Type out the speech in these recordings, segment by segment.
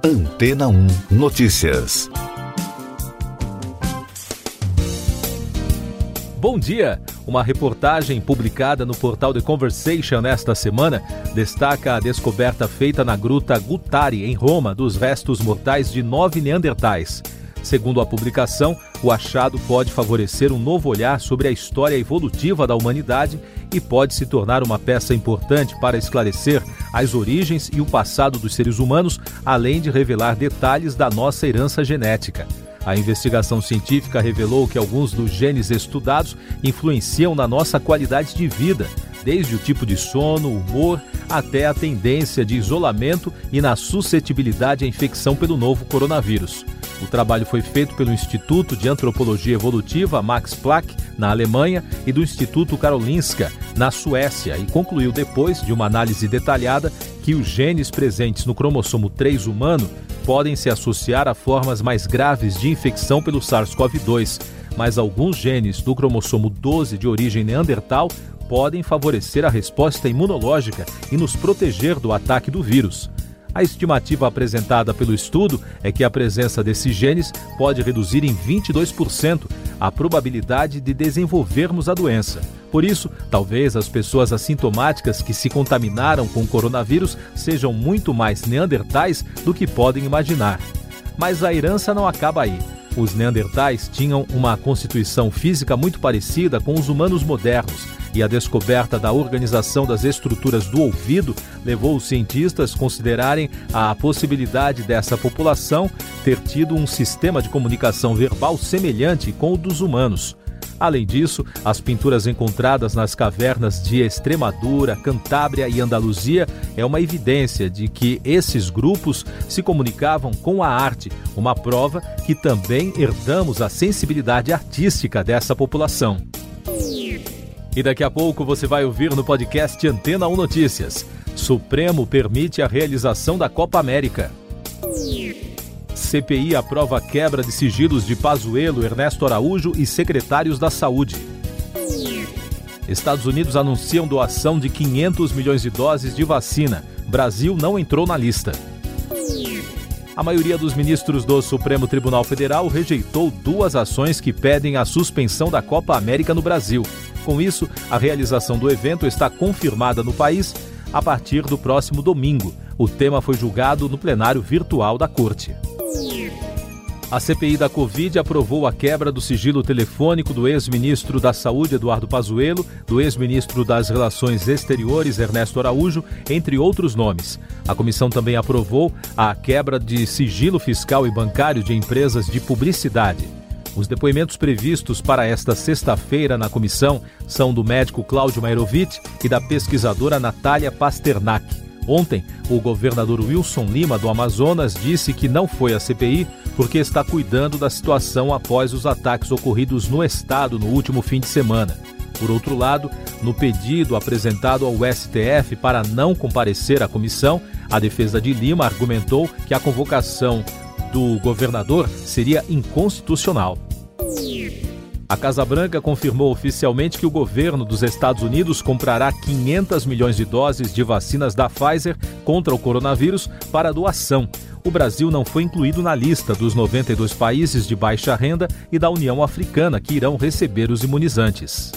Antena 1 Notícias. Bom dia! Uma reportagem publicada no portal The Conversation nesta semana destaca a descoberta feita na Gruta Guttari, em Roma, dos restos mortais de 9 neandertais. Segundo a publicação, o achado pode favorecer um novo olhar sobre a história evolutiva da humanidade e pode se tornar uma peça importante para esclarecer as origens e o passado dos seres humanos, além de revelar detalhes da nossa herança genética. A investigação científica revelou que alguns dos genes estudados influenciam na nossa qualidade de vida, desde o tipo de sono, humor, até a tendência de isolamento e na suscetibilidade à infecção pelo novo coronavírus. O trabalho foi feito pelo Instituto de Antropologia Evolutiva Max Planck, na Alemanha, e do Instituto Karolinska, na Suécia, e concluiu depois de uma análise detalhada que os genes presentes no cromossomo 3 humano podem se associar a formas mais graves de infecção pelo SARS-CoV-2, mas alguns genes do cromossomo 12 de origem neandertal podem favorecer a resposta imunológica e nos proteger do ataque do vírus. A estimativa apresentada pelo estudo é que a presença desses genes pode reduzir em 22% a probabilidade de desenvolvermos a doença. Por isso, talvez as pessoas assintomáticas que se contaminaram com o coronavírus sejam muito mais neandertais do que podem imaginar. Mas a herança não acaba aí. Os neandertais tinham uma constituição física muito parecida com os humanos modernos, e a descoberta da organização das estruturas do ouvido levou os cientistas a considerarem a possibilidade dessa população ter tido um sistema de comunicação verbal semelhante com o dos humanos. Além disso, as pinturas encontradas nas cavernas de Extremadura, Cantábria e Andaluzia é uma evidência de que esses grupos se comunicavam com a arte, uma prova que também herdamos a sensibilidade artística dessa população. E daqui a pouco você vai ouvir no podcast Antena 1 Notícias. Supremo permite a realização da Copa América. CPI aprova a quebra de sigilos de Pazuello, Ernesto Araújo e secretários da Saúde. Estados Unidos anunciam doação de 500 milhões de doses de vacina. Brasil não entrou na lista. A maioria dos ministros do Supremo Tribunal Federal rejeitou 2 ações que pedem a suspensão da Copa América no Brasil. Com isso, a realização do evento está confirmada no país a partir do próximo domingo. O tema foi julgado no plenário virtual da Corte. A CPI da Covid aprovou a quebra do sigilo telefônico do ex-ministro da Saúde, Eduardo Pazuello, do ex-ministro das Relações Exteriores, Ernesto Araújo, entre outros nomes. A comissão também aprovou a quebra de sigilo fiscal e bancário de empresas de publicidade. Os depoimentos previstos para esta sexta-feira na comissão são do médico Cláudio Mairovitch e da pesquisadora Natália Pasternak. Ontem, o governador Wilson Lima, do Amazonas, disse que não foi à CPI porque está cuidando da situação após os ataques ocorridos no estado no último fim de semana. Por outro lado, no pedido apresentado ao STF para não comparecer à comissão, a defesa de Lima argumentou que a convocação do governador seria inconstitucional. A Casa Branca confirmou oficialmente que o governo dos Estados Unidos comprará 500 milhões de doses de vacinas da Pfizer contra o coronavírus para doação. O Brasil não foi incluído na lista dos 92 países de baixa renda e da União Africana que irão receber os imunizantes.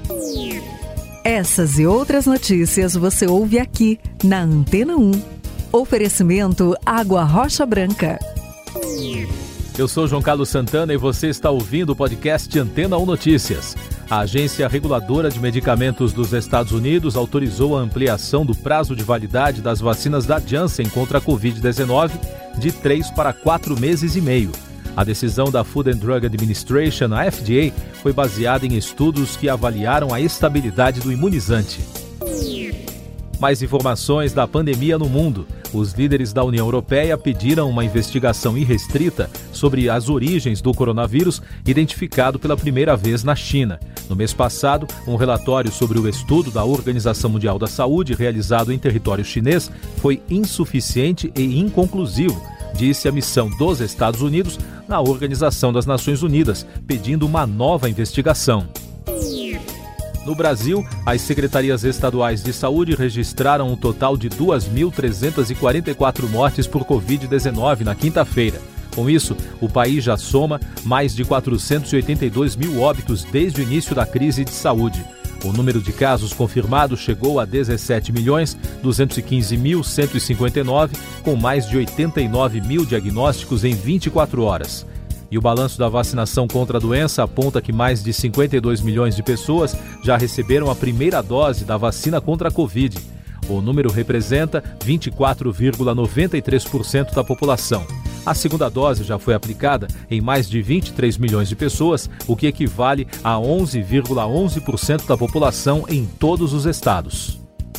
Essas e outras notícias você ouve aqui na Antena 1. Oferecimento Água Rocha Branca. Eu sou João Carlos Santana e você está ouvindo o podcast Antena 1 Notícias. A Agência Reguladora de Medicamentos dos Estados Unidos autorizou a ampliação do prazo de validade das vacinas da Janssen contra a Covid-19 de 3 para 4 meses e meio. A decisão da Food and Drug Administration, a FDA, foi baseada em estudos que avaliaram a estabilidade do imunizante. Mais informações da pandemia no mundo. Os líderes da União Europeia pediram uma investigação irrestrita sobre as origens do coronavírus identificado pela primeira vez na China. No mês passado, um relatório sobre o estudo da Organização Mundial da Saúde realizado em território chinês foi insuficiente e inconclusivo, disse a missão dos Estados Unidos na Organização das Nações Unidas, pedindo uma nova investigação. No Brasil, as secretarias estaduais de saúde registraram um total de 2.344 mortes por Covid-19 na quinta-feira. Com isso, o país já soma mais de 482 mil óbitos desde o início da crise de saúde. O número de casos confirmados chegou a 17.215.159, com mais de 89 mil diagnósticos em 24 horas. E o balanço da vacinação contra a doença aponta que mais de 52 milhões de pessoas já receberam a primeira dose da vacina contra a Covid. O número representa 24,93% da população. A segunda dose já foi aplicada em mais de 23 milhões de pessoas, o que equivale a 11,11% da população em todos os estados.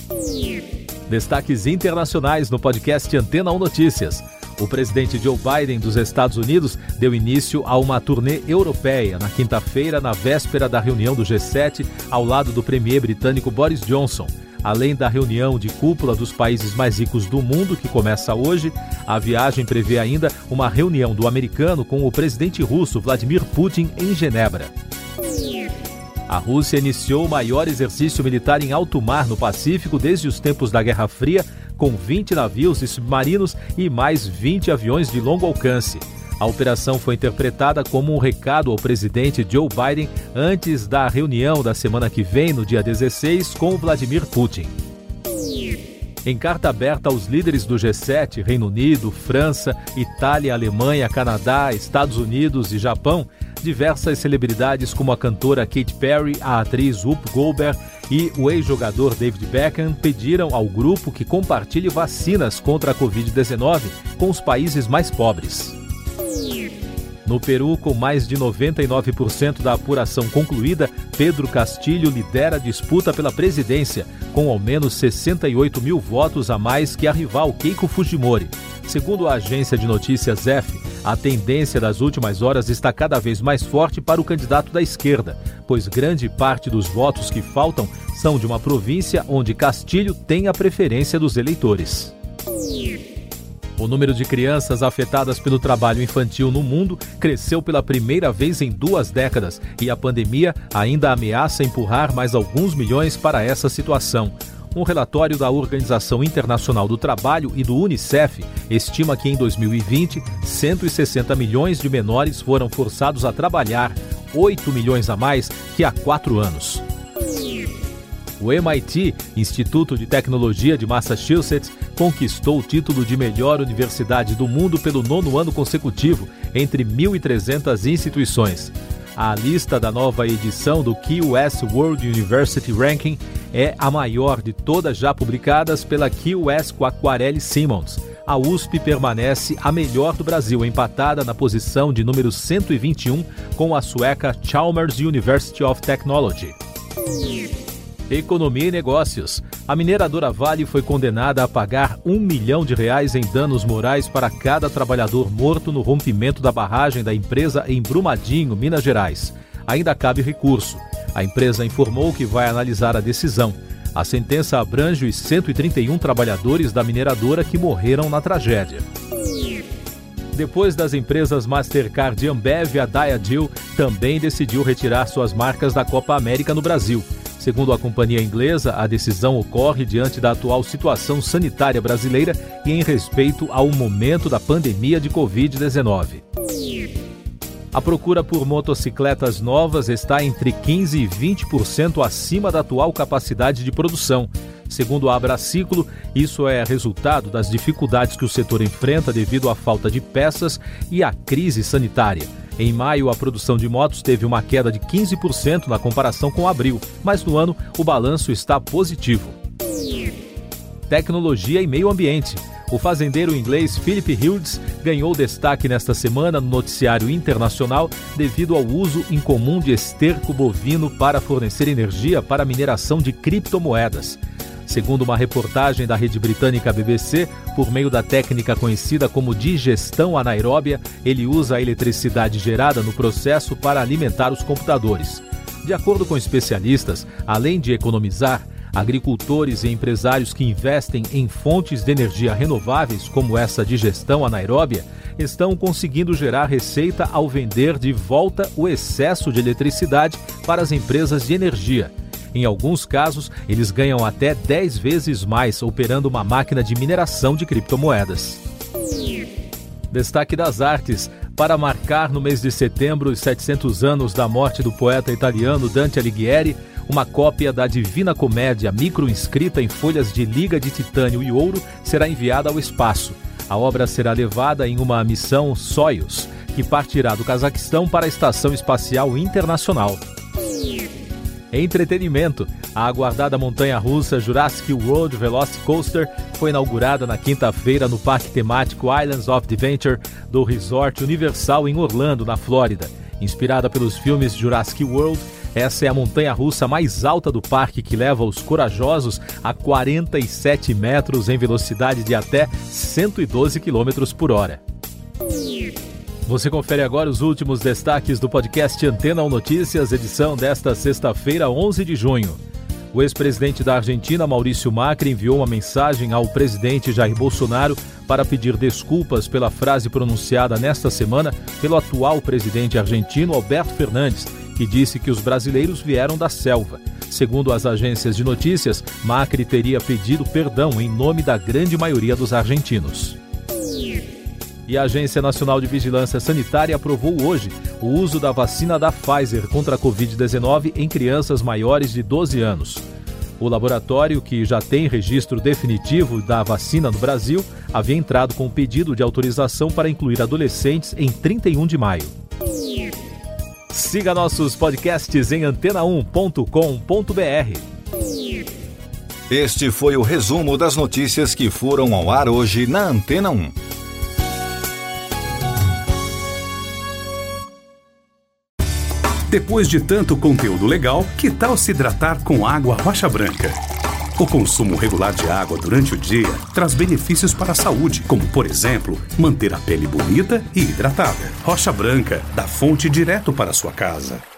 Destaques internacionais no podcast Antena 1 Notícias. O presidente Joe Biden dos Estados Unidos deu início a uma turnê europeia na quinta-feira, na véspera da reunião do G7, ao lado do premier britânico Boris Johnson. Além da reunião de cúpula dos países mais ricos do mundo, que começa hoje, a viagem prevê ainda uma reunião do americano com o presidente russo Vladimir Putin em Genebra. A Rússia iniciou o maior exercício militar em alto mar no Pacífico desde os tempos da Guerra Fria, com 20 navios e submarinos e mais 20 aviões de longo alcance. A operação foi interpretada como um recado ao presidente Joe Biden antes da reunião da semana que vem, no dia 16, com Vladimir Putin. Em carta aberta aos líderes do G7, Reino Unido, França, Itália, Alemanha, Canadá, Estados Unidos e Japão, diversas celebridades como a cantora Katy Perry, a atriz Whoopi Goldberg e o ex-jogador David Beckham pediram ao grupo que compartilhe vacinas contra a Covid-19 com os países mais pobres. No Peru, com mais de 99% da apuração concluída, Pedro Castilho lidera a disputa pela presidência, com ao menos 68 mil votos a mais que a rival Keiko Fujimori. Segundo a agência de notícias F, a tendência das últimas horas está cada vez mais forte para o candidato da esquerda, pois grande parte dos votos que faltam são de uma província onde Castilho tem a preferência dos eleitores. O número de crianças afetadas pelo trabalho infantil no mundo cresceu pela primeira vez em 2 décadas e a pandemia ainda ameaça empurrar mais alguns milhões para essa situação. Um relatório da Organização Internacional do Trabalho e do UNICEF estima que em 2020, 160 milhões de menores foram forçados a trabalhar, 8 milhões a mais que há 4 anos. O MIT, Instituto de Tecnologia de Massachusetts, conquistou o título de melhor universidade do mundo pelo 9º ano consecutivo, entre 1.300 instituições. A lista da nova edição do QS World University Ranking é a maior de todas já publicadas pela QS Quacquarelli Symonds. A USP permanece a melhor do Brasil, empatada na posição de número 121 com a sueca Chalmers University of Technology. Economia e negócios. A mineradora Vale foi condenada a pagar R$1 milhão em danos morais para cada trabalhador morto no rompimento da barragem da empresa em Brumadinho, Minas Gerais. Ainda cabe recurso. A empresa informou que vai analisar a decisão. A sentença abrange os 131 trabalhadores da mineradora que morreram na tragédia. Depois das empresas Mastercard e Ambev, a Diageo também decidiu retirar suas marcas da Copa América no Brasil. Segundo a companhia inglesa, a decisão ocorre diante da atual situação sanitária brasileira e em respeito ao momento da pandemia de Covid-19. A procura por motocicletas novas está entre 15% e 20% acima da atual capacidade de produção. Segundo a Abraciclo, isso é resultado das dificuldades que o setor enfrenta devido à falta de peças e à crise sanitária. Em maio, a produção de motos teve uma queda de 15% na comparação com abril, mas no ano o balanço está positivo. Tecnologia e meio ambiente. O fazendeiro inglês Philip Hughes ganhou destaque nesta semana no noticiário internacional devido ao uso incomum de esterco bovino para fornecer energia para a mineração de criptomoedas. Segundo uma reportagem da rede britânica BBC, por meio da técnica conhecida como digestão anaeróbia, ele usa a eletricidade gerada no processo para alimentar os computadores. De acordo com especialistas, além de economizar, agricultores e empresários que investem em fontes de energia renováveis, como essa digestão anaeróbia, estão conseguindo gerar receita ao vender de volta o excesso de eletricidade para as empresas de energia. Em alguns casos, eles ganham até 10 vezes mais operando uma máquina de mineração de criptomoedas. Destaque das artes. Para marcar no mês de setembro os 700 anos da morte do poeta italiano Dante Alighieri, uma cópia da Divina Comédia micro-inscrita em folhas de liga de titânio e ouro será enviada ao espaço. A obra será levada em uma missão Soyuz, que partirá do Cazaquistão para a Estação Espacial Internacional. Entretenimento. A aguardada montanha-russa Jurassic World Velocicoaster foi inaugurada na quinta-feira no parque temático Islands of Adventure do Resort Universal em Orlando, na Flórida. Inspirada pelos filmes Jurassic World, essa é a montanha-russa mais alta do parque, que leva os corajosos a 47 metros em velocidade de até 112 km por hora. Você confere agora os últimos destaques do podcast Antena 1 Notícias, edição desta sexta-feira, 11 de junho. O ex-presidente da Argentina, Maurício Macri, enviou uma mensagem ao presidente Jair Bolsonaro para pedir desculpas pela frase pronunciada nesta semana pelo atual presidente argentino, Alberto Fernandes, que disse que os brasileiros vieram da selva. Segundo as agências de notícias, Macri teria pedido perdão em nome da grande maioria dos argentinos. E a Agência Nacional de Vigilância Sanitária aprovou hoje o uso da vacina da Pfizer contra a Covid-19 em crianças maiores de 12 anos. O laboratório, que já tem registro definitivo da vacina no Brasil, havia entrado com um pedido de autorização para incluir adolescentes em 31 de maio. Siga nossos podcasts em antena1.com.br. Este foi o resumo das notícias que foram ao ar hoje na Antena 1. Depois de tanto conteúdo legal, que tal se hidratar com água Rocha Branca? O consumo regular de água durante o dia traz benefícios para a saúde, como, por exemplo, manter a pele bonita e hidratada. Rocha Branca, da fonte direto para a sua casa.